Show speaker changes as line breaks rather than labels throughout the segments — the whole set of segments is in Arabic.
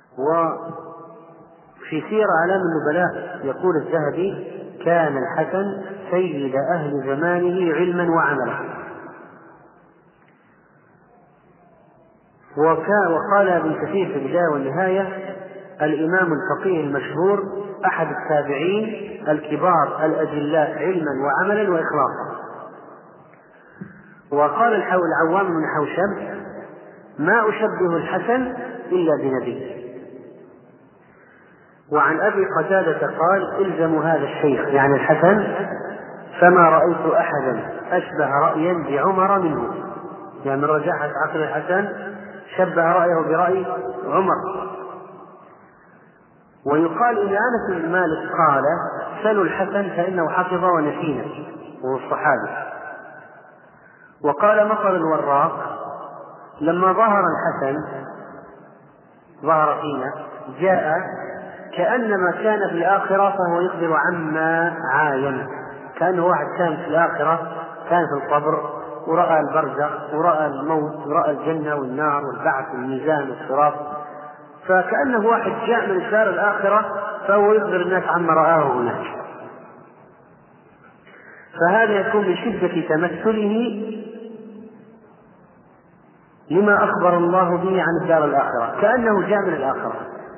وفي سير أعلام النبلاء يقول الذهبي: كان الحسن سيد أهل زمانه علما وعملا. وقال ابن كثير في البداية والنهاية: الإمام الفقيه المشهور أحد التابعين الكبار الأجلاء علما وعملا وإخلاصا. وقال العوام بن حوشب: ما أشبه الحسن إلا بنبي. وعن أبي قتادة قال: الزموا هذا الشيخ يعني الحسن، فما رأيت أحدا أشبه رأيا بعمر منه. يعني من رجاحة عقل الحسن شبه رأيه برأي عمر. ويقال إن أنس بن مالك قال: سلوا الحسن فإنه حفظ ونسينا، وهو الصحابي. وقال مطر الوراق: لما ظهر الحسن ظهر فينا جاء كأنما كان في الآخرة فهو يخبر عما عاين. كأنه واحد كان في الآخرة، كان في القبر ورأى البرزخ ورأى الموت ورأى الجنة والنار والبعث والميزان والصراط، فكأنه واحد جاء من دار الآخرة فهو يخبر الناس عما رآه هناك. فهذا يكون بشدة تمثله لما أخبر الله به عن الدار الآخرة، كأنه جاء من الآخرة،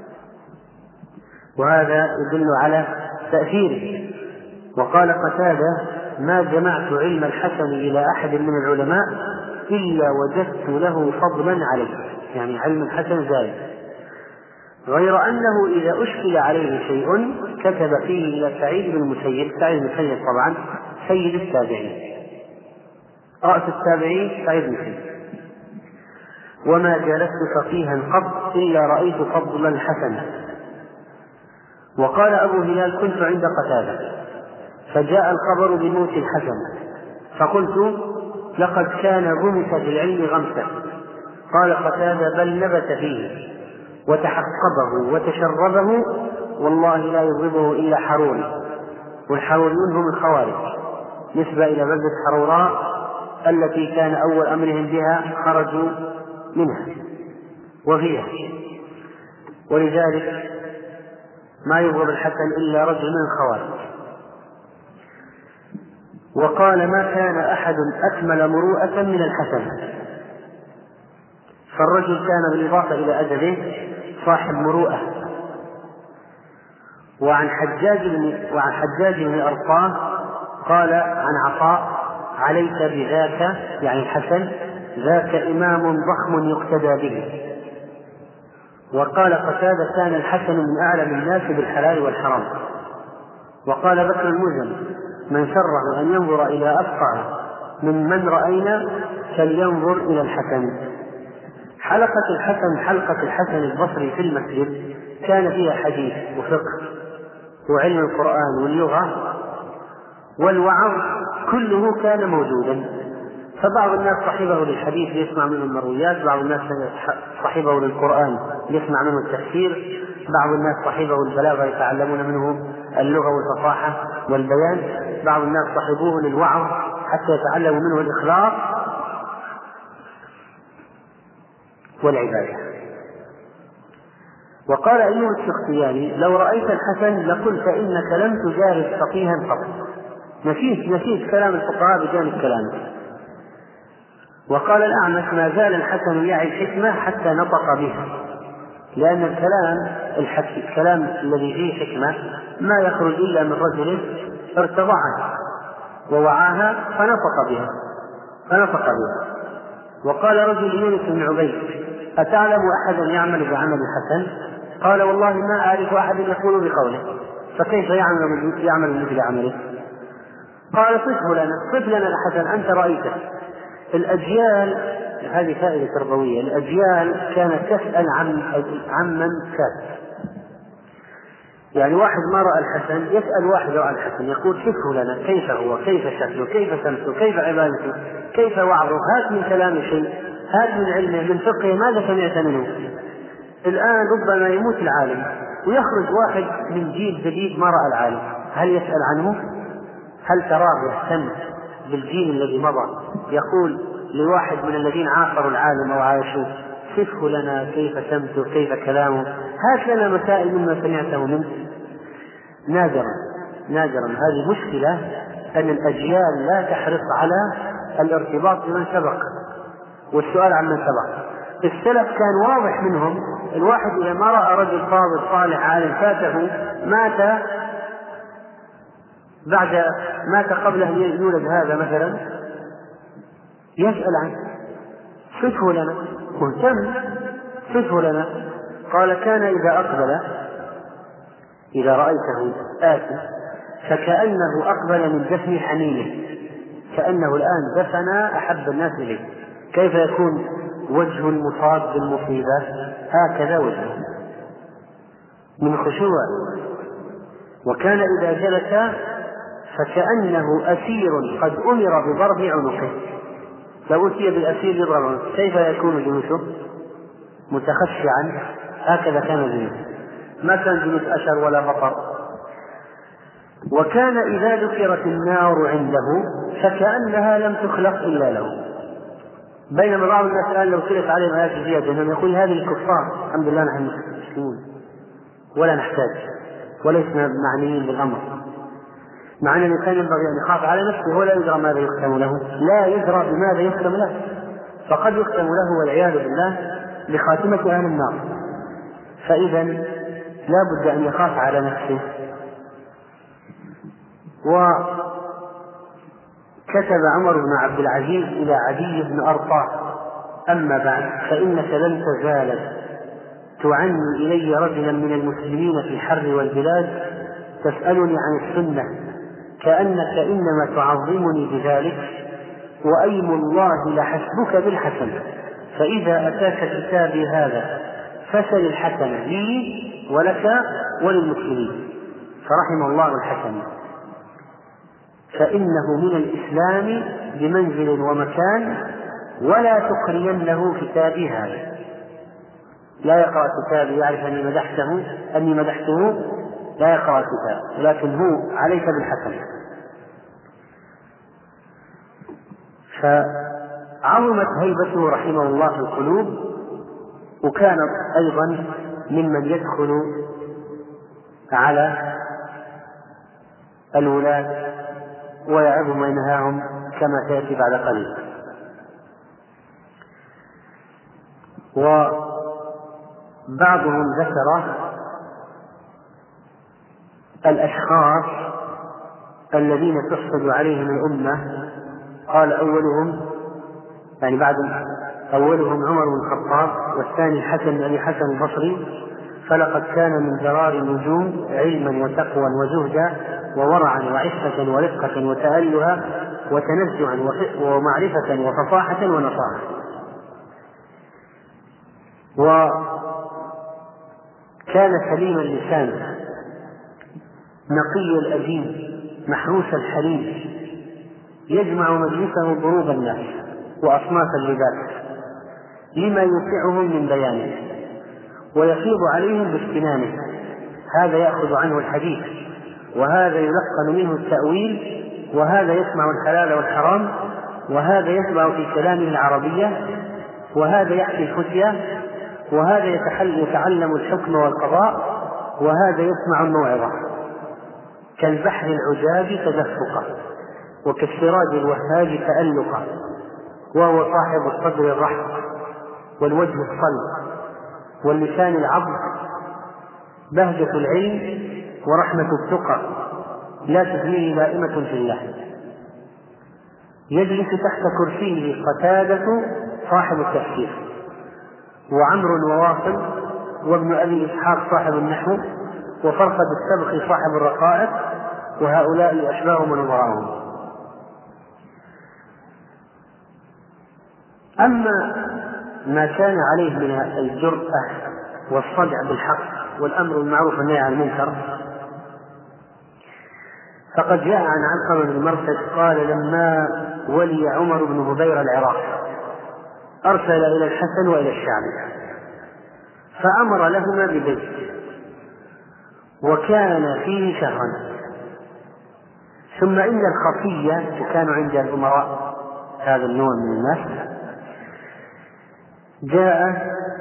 وهذا يدل على تأثيره. وقال قتادة: ما جمعت علم الحسن إلى أحد من العلماء إلا وجدت له فضلا عليه. يعني علم الحسن زايد، غير أنه إذا أشكل عليه شيء كتب فيه إلى سعيد بن المسيب. سعيد بن المسيب طبعا سيد التابعين، رأس التابعين سعيد بن المسيب: وما جلست فقيها قط إلا رأيت فضل الحسن. وقال أبو هلال: كنت عند قتادة فجاء الخبر بموت الحسن، فقلت: لقد كان غمس في العلم غمسة. قال قتادة: بل نبت فيه وتحقبه وتشربه، والله لا يضربه إلا حروري. والحروريون هم الخوارج، نسبة إلى بلدة حروراء التي كان أول أمرهم بها خرجوا منها وفيها، ولذلك ما يبغض الحسن إلا رجل من الخوارج. وقال: ما كان أحد أكمل مروءة من الحسن. فالرجل كان بالإضافة إلى أدبه صاحب مروءة. وعن حجاج بن أرطاه قال عن عطاء: عليك بذاك يعني الحسن، ذاك إمام ضخم يقتدى به. وقال قتادة: كان الحسن من أعلم الناس بالحلال والحرام. وقال بكر المزني: من سره أن ينظر إلى أفقه من رأينا فلينظر إلى الحسن. حلقة الحسن البصري في المسجد كان فيها حديث وفقه وعلم القرآن واللغة والوعظ، كله كان موجودا. فبعض الناس صحبه للحديث ليسمع منه المرويات، بعض الناس صحبه للقرآن ليسمع منه التفسير، بعض الناس صحبه البلاغة يتعلمون منه اللغة والفصاحة والبيان، بعض الناس صحبوه للوعظ حتى يتعلموا منه الإخلاص والعبادة. وقال أيوب السختياني: لو رأيت الحسن لقلت إنك لم تجارب فقيها قط. نسيت كلام الفقهاء بجانب كلامه. وقال الأعمش: ما زال الحسن يعي الحكمة حتى نطق بها، لأن الكلام الذي فيه حكمة ما يخرج إلا من رجل ارتضعها ووعاها فنطق بها. وقال رجل يونس بن عبيد: أتعلم أحدا يعمل بعمل الحسن؟ قال: والله ما أعرف أحد يقول بقوله، فكيف يعمل مثل عمله؟ قال: صف لنا الحسن أنت رأيته. الأجيال، هذه فائدة تربوية، الأجيال كانت تسأل عمن كان. يعني واحد ما رأى الحسن يسأل واحد رأى الحسن، يقول: صفه لنا، كيف هو، كيف شكله، كيف سمته، كيف عبادته، كيف وعظه، هات من كلام شيء، هات من علمه، من فقهه، ماذا سمعت منه؟ الآن ربما يموت العالم ويخرج واحد من جيل جديد ما رأى العالم، هل يسأل عنه؟ هل تراه يهتم بالجيل الذي مضى يقول لواحد من الذين عاصروا العالم أو عايشوه: صفه لنا، كيف سمته، كيف كلامه، هات لنا مسائل مما سمعته منه. نادرا. هذه مشكلة أن الأجيال لا تحرص على الارتباط بمن سبق والسؤال عن من سبق. السلف كان واضح منهم، الواحد إذا ما رأى رجل فاضل صالح عالم فاته مات قبل أن يولد هذا مثلا، يسأل عنه، صفه لنا، مهتم، صفه لنا. قال كان إذا أقبل، إذا رأيته آتي فكأنه أقبل من دفن حنينه، كأنه الآن دفن أحب الناس إليه. كيف يكون وجه المصاب بالمصيبة؟ هكذا وجهه من خشوع. وكان إذا جلس فكأنه أسير قد أمر بضرب عنقه، لو أتي بالأسير يضرب عنقه كيف يكون جلوسه؟ متخشعا. هكذا كان جلوسه، ما كان جلوس أشر ولا بطر. وكان إذا ذكرت النار عنده فكأنها لم تخلق إلا له. بينما بعض الناس الآن لو قلت عليهم آيات فيها جهنم يقول هذه الكفار، الحمد لله نحن مسلمون ولا نحتاج ولسنا معنيين بالأمر. مع أن الإنسان ينبغي أن يخاف على نفسه ولا يدرى ماذا يختم له، لا يدرى بماذا يختم له، فقد يختم له والعياذ بالله بخاتمة أهل النار. فإذا لا بد أن يخاف على نفسه. وكتب عمر بن عبد العزيز إلى عدي بن أرطاه: أما بعد فإنك لن تزال تعني إلي رجلا من المسلمين في الحر والبلاد تسألني عن السنة كأنك إنما تعظمني بذلك، وأيم الله لحسبك بالحسن، فإذا أتاك كتابي هذا فسل الحسن لي ولك وللمسلمين. فرحم الله الحسن، فإنه من الإسلام بمنزل ومكان، ولا تقرينه كتابي هذا. لا يقرأ كتابي يعرف أني مدحته لا يقرأ الكتاب، ولكن هو عليك بالحسن. فعظمت هيبته رحمه الله في القلوب، وكان أيضا ممن يدخل على الولاة ويعظهم وينهاهم كما سيأتي بعد قليل. وبعضهم ذكر الأشخاص الذين تحسد عليهم الأمة، قال أولهم عمر بن الخطاب، والثاني الحسن بن أبي حسن البصري، فلقد كان من جرار النجوم علما وتقوى وزهدا وورعا وعفة ورفقة وتألها وتنزعا ومعرفة وفصاحة ونصاحة. وكان سليم اللسان نقي الأدين محروس الحليم، يجمع مجلسه ضروب الناس وأصناف اللباس لما يوسعهم من بيانه، ويفيض عليهم باستنانه. هذا يأخذ عنه الحديث، وهذا يلقن منه التأويل، وهذا يسمع الحلال والحرام، وهذا يتبع في كلامه العربية، وهذا يحكي الفتية، وهذا يتعلم الحكم والقضاء، وهذا يسمع الموعظة. كالبحر العجاب تدفقا، وكالسراج الوهاج تألقا، وهو صاحب الصدر الرحب والوجه الصلب واللسان العبد، بهجة العلم ورحمة التقى، لا تدريه لائمة في الله. يجلس تحت كرسيه قتادة صاحب التفسير، وعمر وواصل، وابن أبي إسحاق صاحب النحو، وفرقد السبخي صاحب الرقائق، وهؤلاء أشباه من وراءهم. أما ما كان عليه من الجرأة والصدع بالحق والأمر بالمعروف والنهي عن المنكر، فقد جاء عن علقمة بن مرثد قال: لما ولي عمر بن هبير العراق أرسل إلى الحسن وإلى الشعبي فأمر لهما ببيت، وكان فيه شهرا. ثم إن الخفية، وكانوا عند الأمراء هذا النوع من الناس، جاء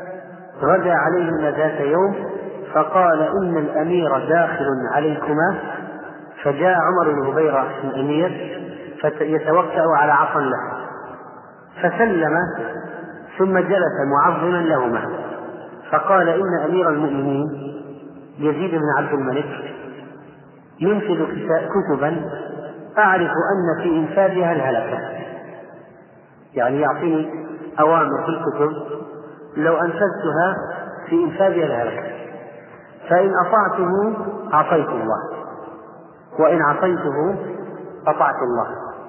غدا عليهما ذات يوم فقال إن الأمير داخل عليكما، فجاء عمر بن هبيرة الأمير يتوكأ على عصا له فسلم ثم جلس معظما لهما، فقال إن أمير المؤمنين يزيد بن عبد الملك ينفذ كتبا أعرف أن في إنفاذها الهلكة، يعني يعطيني أوامر في الكتب لو أنفذتها في إنفاذها الهلكة، فإن أطعته عصيت الله وإن عصيته أطعت الله،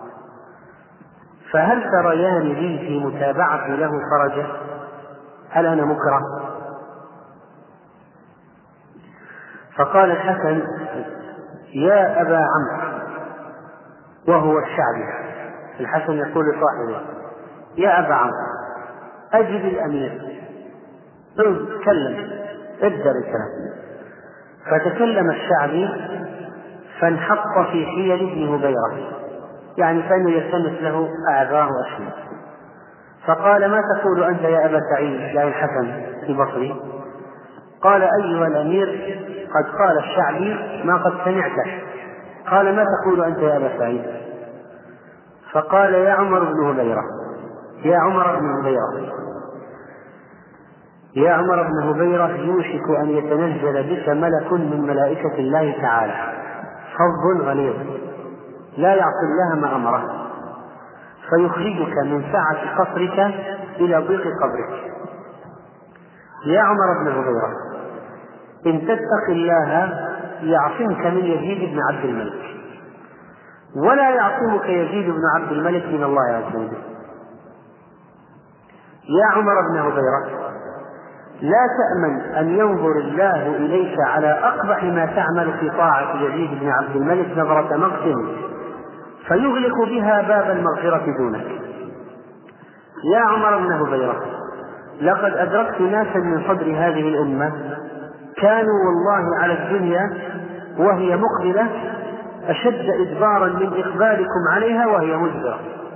فهل تريان لي في متابعة له فرجة؟ هل أنا مكره؟ فقال الحسن يا أبا عمرو، وهو الشعبي، الحسن يقول لصاحبه يا أبا عمرو أجب الأمير، تكلم ابدأ بالكلام. فتكلم الشعبي فانحط في حيل ابن هبيرة، يعني كأنه يلتمس له أعذار وأشياء، فقال ما تقول أنت يا أبا سعيد، يعني الحسن البصري؟ قال أيها الأمير قد قال الشعبي ما قد سمعته. قال ما تقول أنت يا أبا سعيد؟ فقال يا عمر بن هبيرة، يا عمر بن هبيرة، يا عمر بن هبيرة يوشك أن يتنزل بك ملك من ملائكة الله تعالى فظ غليظ لا يعصي الله ما أمره، فيخرجك من سعة قصرك إلى ضيق قبرك. يا عمر بن هبيرة إن تتق الله يعصمك من يزيد بن عبد الملك، ولا يعصمك يزيد بن عبد الملك من الله عز وجل. يا عمر بن هبيرة لا تأمن أن ينظر الله إليك على أقبح ما تعمل في طاعة يزيد بن عبد الملك نظرة مقت فيغلق بها باب المغفرة دونك. يا عمر بن هبيرة لقد أدركت ناسا من صدر هذه الأمة كانوا والله على الدنيا وهي مقبلة أشد إدبارا من إقبالكم عليها وهي مدبرة.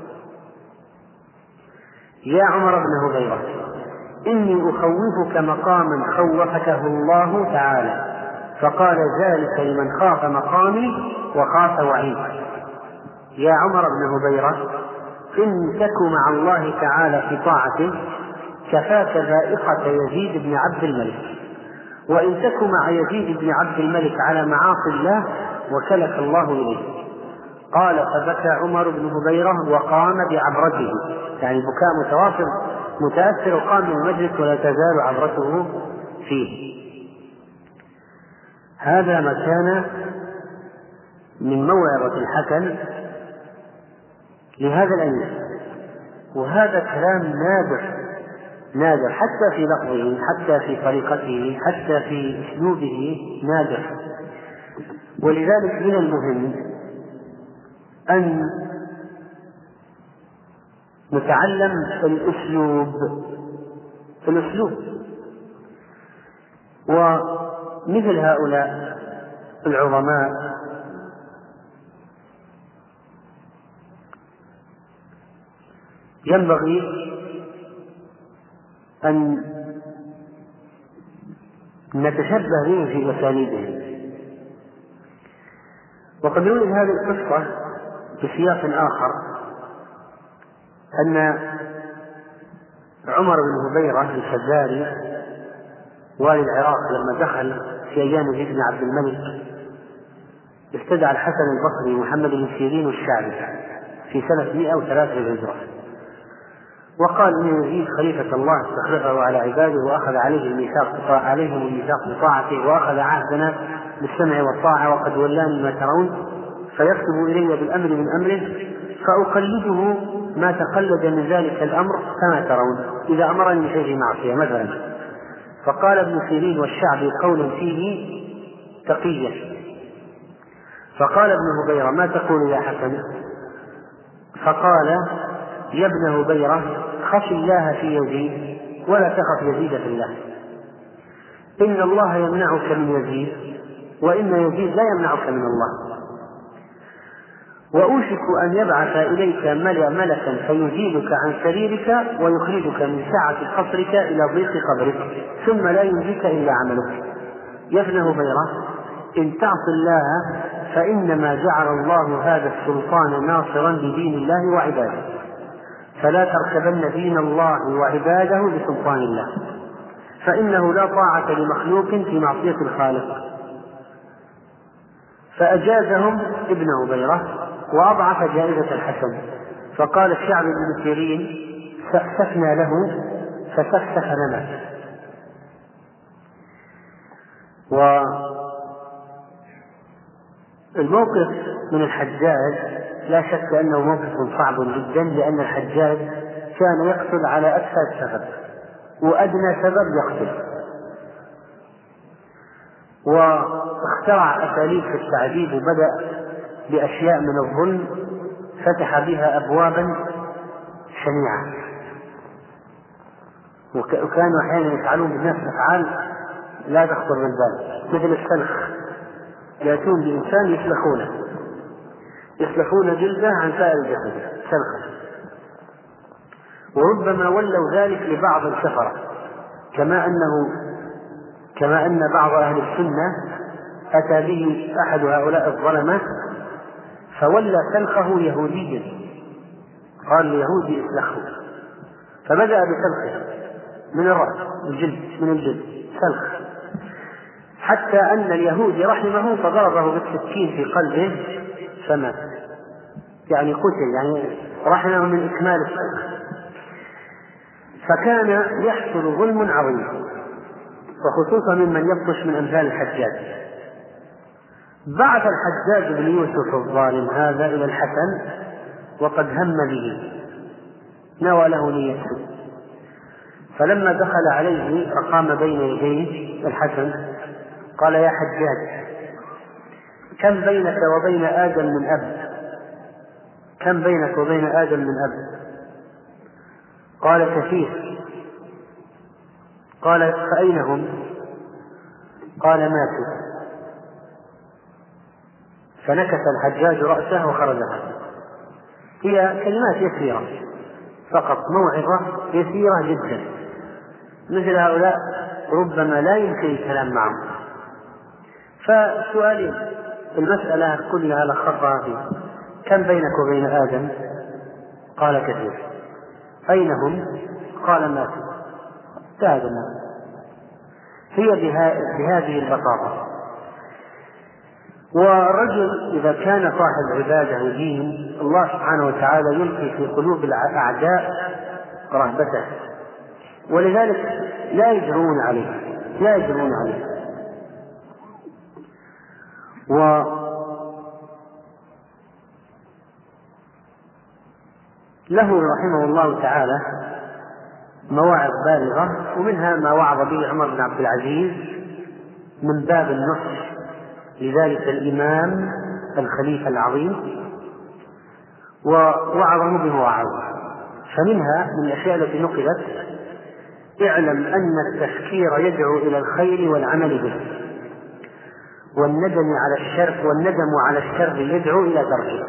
يا عمر بن هبيرة إني أخوفك مقاما خوفكه الله تعالى، فقال ذلك لمن خاف مقامي وخاف وعيد. يا عمر بن هبيرة إن تك مع الله تعالى في طاعته كفاك ذائقة يزيد بن عبد الملك، وإن تك مع يزيد بن عبد الملك على معاصي الله وكلك الله إليه. قال فبكى عمر بن هبيرة وقام بعبرته، يعني بكاء متواصل متأثر، وقام من المجلس ولا تزال عبرته فيه. هذا ما كان من موعظة الحسن لهذا الأمير، وهذا كلام نادر حتى في لفظه، حتى في طريقته، حتى في أسلوبه نادر. ولذلك من المهم أن نتعلم الأسلوب. ومثل هؤلاء العظماء ينبغي أن نتشبه بهم في أساليبهم. وقد نقول هذه القصة بسياق آخر أن عمر بن هبيرة الفزاري والي العراق لما دخل في أيام يزيد بن عبد الملك استدعى الحسن البصري ومحمد بن سيرين والشعبي في سنة 103 للهجرة، وقال إن يزيد خليفة الله استخلفه على عباده وأخذ عليهم الميثاق بطاعته، وأخذ عهدنا بالسمع والطاعة، وقد ولاني ما ترون، فيكتب إلي بالأمر من أمره فأقلده ما تقلد من ذلك الأمر كما ترون إذا أمرني بشيء معصية مثلا. فقال ابن سيرين والشعبي قولا فيه تقية، فقال ابن هبيرة ما تقول يا حسن؟ فقال يا ابن هبيرة خف الله في يزيد ولا تخف يزيد في الله، إن الله يمنعك من يزيد وإن يزيد لا يمنعك من الله. وأوشك أن يبعث إليك ملكا فيزيلك عن سريرك ويخرجك من سعة قصرك إلى ضيق قبرك ثم لا ينجيك إلا عملك. يا ابن هبيرة، إن تعص الله فإنما جعل الله هذا السلطان ناصرا لدين الله وعباده، فلا تركبن دين الله وعباده بسلطان الله، فإنه لا طاعة لمخلوق في معصية الخالق. فأجازهم ابن هبيرة وأضعف جائزة الحسن، فقال الشعب بن سيرين: سفسفنا له فسفسف لنا. والموقف من الحجاج لا شك أنه موقف صعب جدا، لأن الحجاج كان يقتل على أسفل سبب وأدنى سبب يقتل، واخترع أساليب في التعذيب وبدأ بأشياء من الظلم فتح بها أبوابا شنيعة، وكانوا أحيانا يفعلون بالناس أفعال لا تخطر بالبال، مثل السلخ، يأتون بإنسان يسلخون جلده عن سائر الجسد سلخا، وربما ولوا ذلك لبعض الكفرة، كما أن بعض أهل السنة أتى به أحد هؤلاء الظلمة فولى سلخه يهوديا، قال ليهودي اسلخه، فبدأ بسلخه من الرأس من الجلد سلخ، حتى أن اليهودي رحمه فضربه بالسكين في قلبه فمات، يعني قتل، يعني رحمه من إكمال السلخ. فكان يحصل ظلم عظيم، وخصوصا ممن يبطش من أمثال الحجاج. بعث الحجاج بن يوسف الظالم هذا إلى الحسن وقد هم به، نوى له نيته، فلما دخل عليه فقام بين يديه الحسن قال: يا حجاج، كم بينك وبين آدم من أب؟ كم بينك وبين آدم من أب؟ قال: كثير. قال: فأين هم؟ قال: ماتوا. فنكس الحجاج رأسه وخرجها. هي كلمات يسيرة فقط، موعظة يسيرة جدا، مثل هؤلاء ربما لا يمكن الكلام معهم. فسؤالين، المسألة كلها لخصها فيه: كم بينك وبين آدم؟ قال: كثير. أين هم؟ قال: ماتوا. انتهى الناس. هي بهذه البساطة. والرجل إذا كان صاحب عبادة ودين، الله سبحانه وتعالى يلقي في قلوب الأعداء رهبته، ولذلك لا يجرؤون عليه. وله رحمه الله تعالى مواعظ بالغة، ومنها ما وعظ به عمر بن عبد العزيز من باب النصح لذلك الإمام الخليفة العظيم، ووعظه بمواعظ. فمنها من الأشياء التي نقلت: اعلم أن التفكير يدعو إلى الخير والعمل به، والندم على الشر يدعو إلى تركه،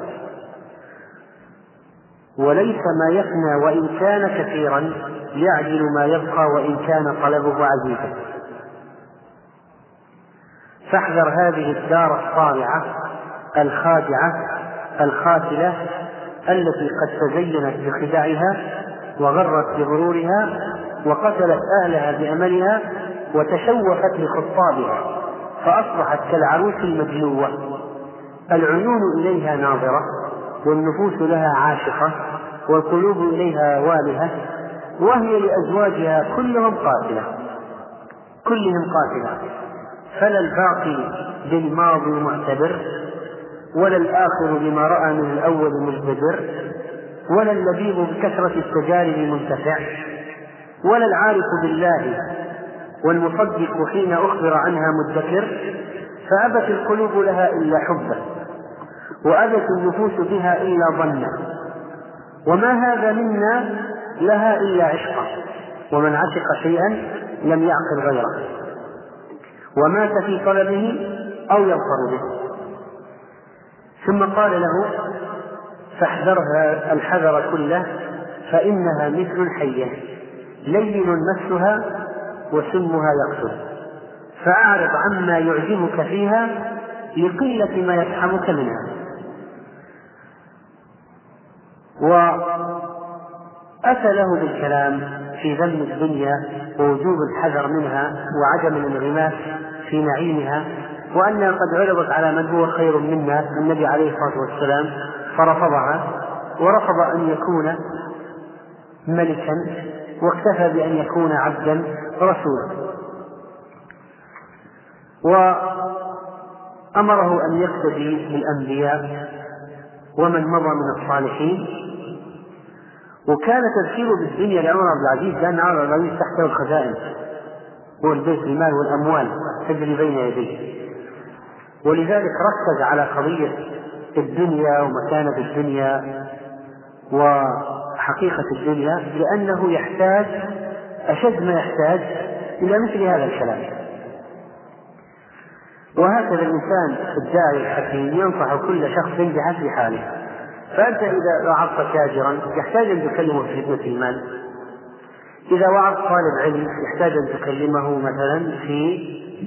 وليس ما يفنى وإن كان كثيرا يعجل ما يبقى وإن كان طلبه عزيزا. فاحذر هذه الدار الصارعة الخادعة الخاسلة التي قد تزينت بخداعها وغرت بغرورها وقتلت أهلها بأملها وتشوفت لخطابها فأصبحت كالعروس المجلوة، العيون إليها ناظرة والنفوس لها عاشقة والقلوب إليها والهة، وهي لأزواجها كلهم قاتلة، فلا الباقي بالماضي معتبر، ولا الآخر بما رأى من الأول مجتبر، ولا اللبيب بكثرة التجارب منتفع، ولا العارف بالله والمصدق حين أخبر عنها مدكر، فأبت القلوب لها إلا حبا، وأبت النفوس بها إلا ظنا، وما هذا منا لها إلا عشقا، ومن عشق شيئا لم يعقل غيره، ومات في طلبه أو يظفر به. ثم قال له: فاحذرها الحذر كله، فإنها مثل الحية لين مسها وسمها يقتل، فأعرض عما يعجبك فيها لقلة ما يفحمك منها. وأتى له بالكلام في ذم الدنيا ووجوب الحذر منها وعدم الانغماس في نعيمها، وأنها قد عرضت على من هو خير منا النبي عليه الصلاة والسلام فرفضها، ورفض أن يكون ملكا واكتفى بأن يكون عبدا رسولا، وأمره أن يقتدي بالأنبياء ومن مضى من الصالحين. وكان تذكيره بالدنيا لعمر بن العزيز لأن عمر بن العزيز تحته الخزائن والبيت المال والأموال تجري بين يديه، ولذلك ركز على قضية الدنيا ومكانة الدنيا وحقيقة الدنيا، لأنه يحتاج أشد ما يحتاج إلى مثل هذا الكلام. وهكذا الإنسان الداعي الحكيم ينصح كل شخص بحسب حاله. فأنت إذا وعظت تاجرا يحتاج أن تكلمه في خدمة المال، إذا وعظت طالب علم يحتاج أن تكلمه مثلا في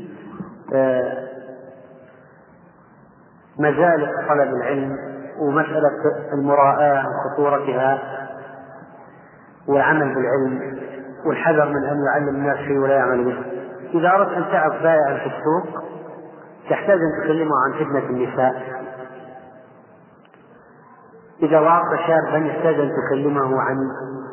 مجالس طلب العلم ومسألة المراءة وخطورتها والعمل بالعلم والحذر من أن يعلم الناس شيء ولا يعمل به. إذا أردت أن تعظ بائعا في السوق تحتاج أن تكلمه عن خدمة النساء. إذا وعظت شابا يحتاج أن تكلمه عن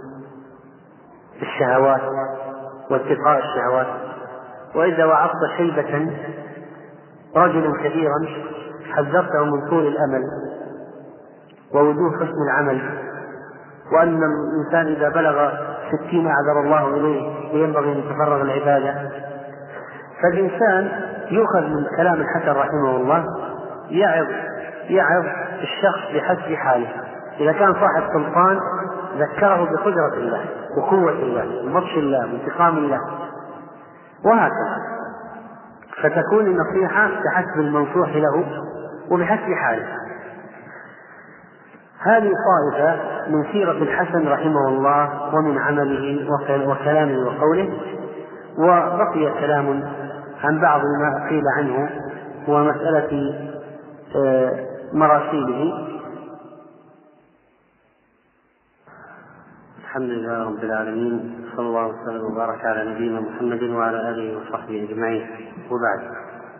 الشهوات واتقاء الشهوات. وإذا وعظت شيبة رجلا كبيرا حذرته من طول الأمل ووجوه حسن العمل، وأن الإنسان إذا بلغ 60 أعذر الله إليه ينبغي أن يتفرغ العبادة. فالإنسان يؤخذ من كلام الحسن رحمه الله يعظ الشخص بحسب حاله. إذا كان صاحب سلطان ذكره بقدرة الله وقوة الله وبطش الله وانتقام الله، وهكذا. فتكون النصيحة بحسب المنصوح له وبحسب حاله. هذه طائفة من سيرة الحسن رحمه الله ومن عمله وكلامه وقوله. وبقي كلام عن بعض ما قيل عنه ومسألة مراسيله. الحمد لله رب العالمين، صلى الله وسلم وبارك على نبينا محمد وعلى آله وصحبه أجمعين. وبعد،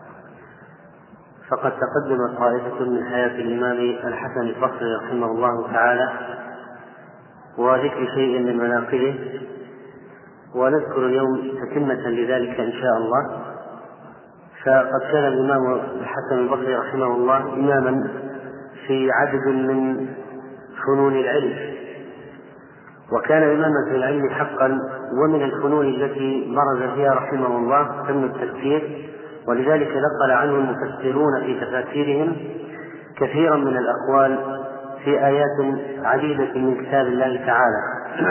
فقد تقدمت طائفة من حياة الإمام الحسن البصري رحمه الله تعالى وذكر شيء من مناقبه، ونذكر اليوم تتمة لذلك إن شاء الله. فقد كان الإمام الحسن البصري رحمه الله إماما في عدد من فنون العلم، وكان إماما في العلم حقا. ومن الفنون التي برز فيها رحمه الله فن التفسير، ولذلك نقل عنه المفسرون في تفاسيرهم كثيرا من الأقوال في آيات عديدة من كتاب الله تعالى.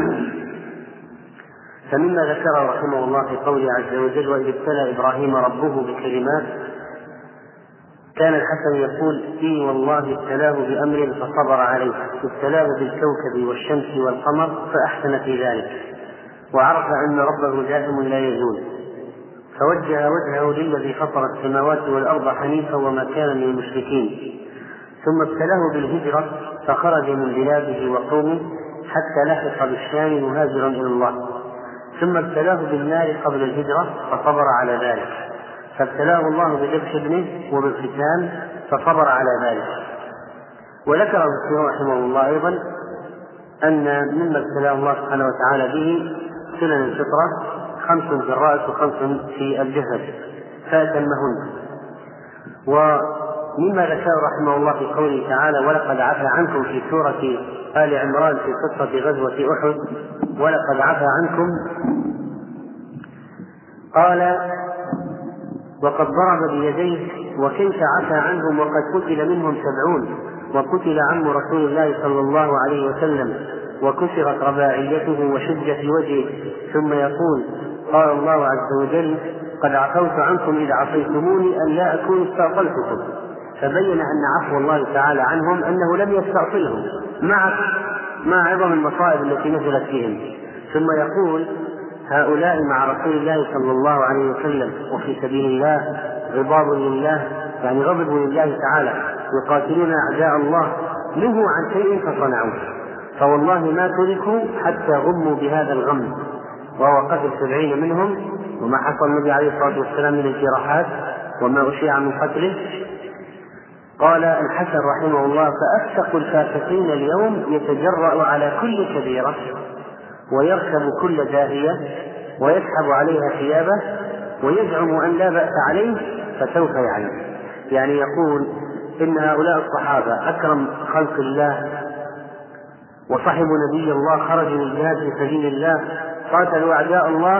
فمما ذكره رحمه الله في قوله عز وجل: وإذ ابتلى إبراهيم ربه بكلمات، كان الحسن يقول: إي والله ابتلاه بأمر فصبر عليه، ابتلاه بالكوكب والشمس والقمر فأحسن في ذلك، وعرف أن ربه دائم لا يزول، فوجه وجهه للذي فطر السماوات والأرض حنيفا وما كان من المشركين. ثم ابتلاه بالهجرة فخرج من بلاده وقومه حتى لحق بالشام مهاجرا إلى الله. ثم ابتلاه بالنار قبل الهجرة فصبر على ذلك، فابتلاه الله بذبح ابنه وبالختان فصبر على ذلك. وذكر ابن رحمه الله أيضا أن مما ابتلاه الله سبحانه وتعالى به سنن الفطرة: 5 في الرأس و5 في الجسد فأتمهن. ومما ذكر رحمه الله في قوله تعالى: ولقد عفا عنكم في سورة آل عمران في قصة غزوة أحد: ولقد عفا عنكم، قال: وقد ضرب بيديه وكيف عفا عنهم وقد قتل منهم 70، وقتل عم رسول الله صلى الله عليه وسلم وكسرت رباعيته وشج في وجهه. ثم يقول: قال الله عز وجل: قد عفوت عنكم إذ عصيتموني أن لا أكون استأصلتكم. فبين أن عفو الله تعالى عنهم أنه لم يستأصلهم مع عظم المصائب التي نزلت بهم. ثم يقول: هؤلاء مع رسول الله صلى الله عليه وسلم وفي سبيل الله غضاب لله، يعني غضب لله تعالى، يقاتلون أعداء الله، نهوا عن شيء فصنعوه، فوالله ما تركوا حتى غموا بهذا الغم، وهو قتل 70 منهم، وما حصل النبي عليه الصلاة والسلام من الجراحات وما أشيع من قتله. قال الحسن رحمه الله: فأفسق الفاسقين اليوم يتجرأ على كل كبيرة ويركب كل داهية ويسحب عليها ثيابه ويزعم أن لا بأس عليه فسوف يعلم. يعني يقول إن هؤلاء الصحابة أكرم خلق الله وصحبوا نبي الله، خرجوا للجهاد في سبيل الله، قاتلوا أعداء الله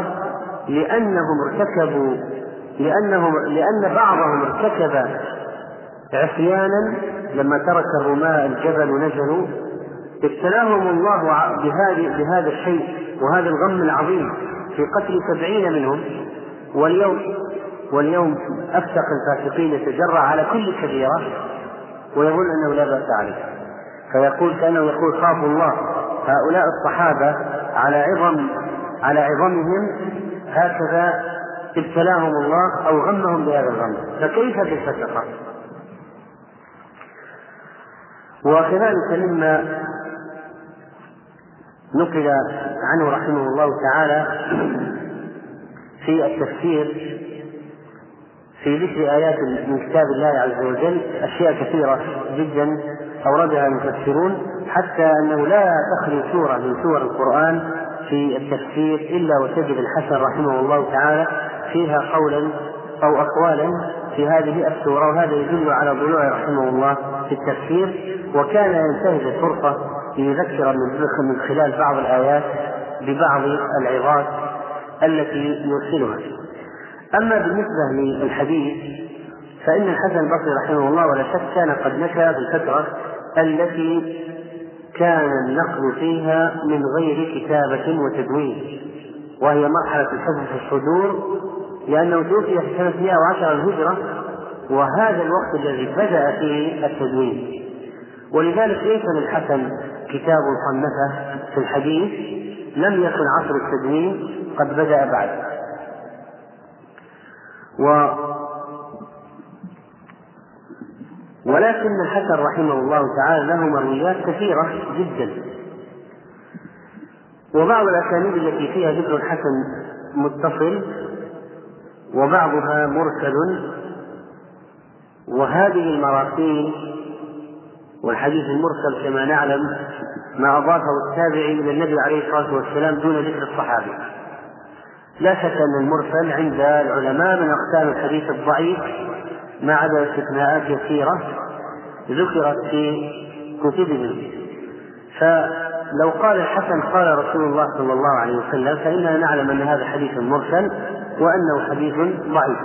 لأن بعضهم ارتكب عصيانا لما ترك الرماة الجبل ونزلوا، ابتلاهم الله بهذا الشيء وهذا الغم العظيم في قتل 70 منهم. واليوم أفسق الفاسقين يتجرأ على كل كبيرة ويقول أنه لا بأس عليه. فيقول كأنه يقول: خافوا الله، هؤلاء الصحابة على عظمهم هكذا ابتلاهم الله أو غمهم بهذا الغم، فكيف بالفسقة؟ وكذلك مما نقل عنه رحمه الله تعالى في التفسير في ذكر آيات من كتاب الله عز وجل أشياء كثيرة جدا أوردها المفسرون، حتى أنه لا تخلو سورة من سور القرآن في التفسير إلا وتجد الحسن رحمه الله تعالى فيها قولا أو أقوالا في هذه السورة، وهذا يدل على ضلوع رحمه الله في التفسير. وكان ينتهز الفرصة ليذكر من خلال بعض الآيات ببعض العظات التي يرسلها. أما بالنسبة للحديث فإن الحسن البصري رحمه الله ولا شك كان قد نشأ في الفترة التي كان النقل فيها من غير كتابة وتدوين، وهي مرحلة الحفظ في الصدور، لأنه توفي في سنة 110 الهجرة، وهذا الوقت الذي بدأ فيه التدوين. ولذلك ليس للحسن كتاب صنفه في الحديث، لم يكن عصر التدوين قد بدأ بعد. ولكن الحسن رحمه الله تعالى له مرويات كثيرة جدا، وبعض الأسانيد التي فيها ذكر الحسن متصل وبعضها مرسل، وهذه المراسيل والحديث المرسل كما نعلم ما أضافه التابعي إلى النبي عليه الصلاة والسلام دون ذكر الصحابي. لا شك أن المرسل عند العلماء من أقسام الحديث الضعيف، ما عدا استثناءات يسيرة ذكرت في كتبهم. فلو قال الحسن قال رسول الله صلى الله عليه وسلم فإننا نعلم أن هذا حديث مرسل وأنه حديث ضعيف،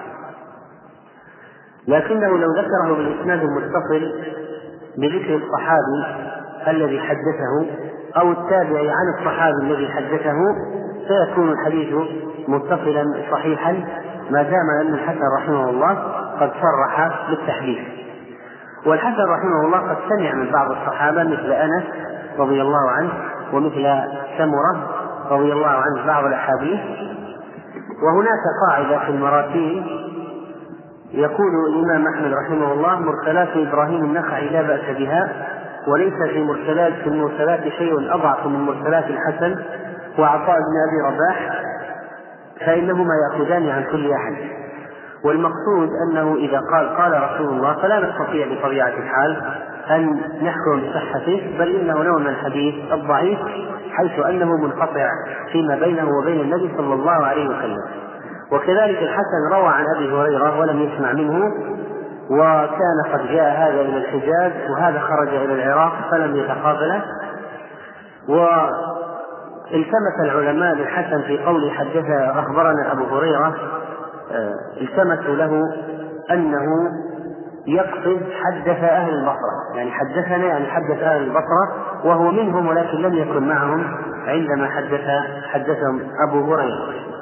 لكنه لو ذكره بالإسناد المتصل بذكر الصحابي الذي حدثه أو التابعي عن الصحابي الذي حدثه سيكون الحديث متصلا صحيحا، ما دام أن الحسن رحمه الله قد صرح بالتحديث. والحسن رحمه الله قد سمع من بعض الصحابة مثل أنس رضي الله عنه ومثل سمرة رضي الله عنه بعض الأحاديث. وهناك قاعدة في المراسيل يقول الإمام أحمد رحمه الله: مرسلات إبراهيم النخعي لا بأس بها، وليس في المرسلات شيء أضعف من مرسلات الحسن وعطاء بن أبي رباح، فإنهما يأخذان عن كل أحد. والمقصود أنه إذا قال رسول الله فلا نستطيع بطبيعة الحال أن نحكم بصحته، بل إنه نوع من الحديث الضعيف حيث أنه منقطع فيما بينه وبين النبي صلى الله عليه وسلم. وكذلك الحسن روى عن أبي هريرة ولم يسمع منه، وكان قد جاء هذا إلى الحجاز وهذا خرج إلى العراق فلم يتقابله. والتمس العلماء للحسن في قول أخبرنا أبو هريرة التمسوا له أنه يقصد حدث أهل البصرة، يعني حدثنا يعني حدث أهل البصرة وهو منهم ولكن لم يكن معهم عندما حدثهم أبو هريرة.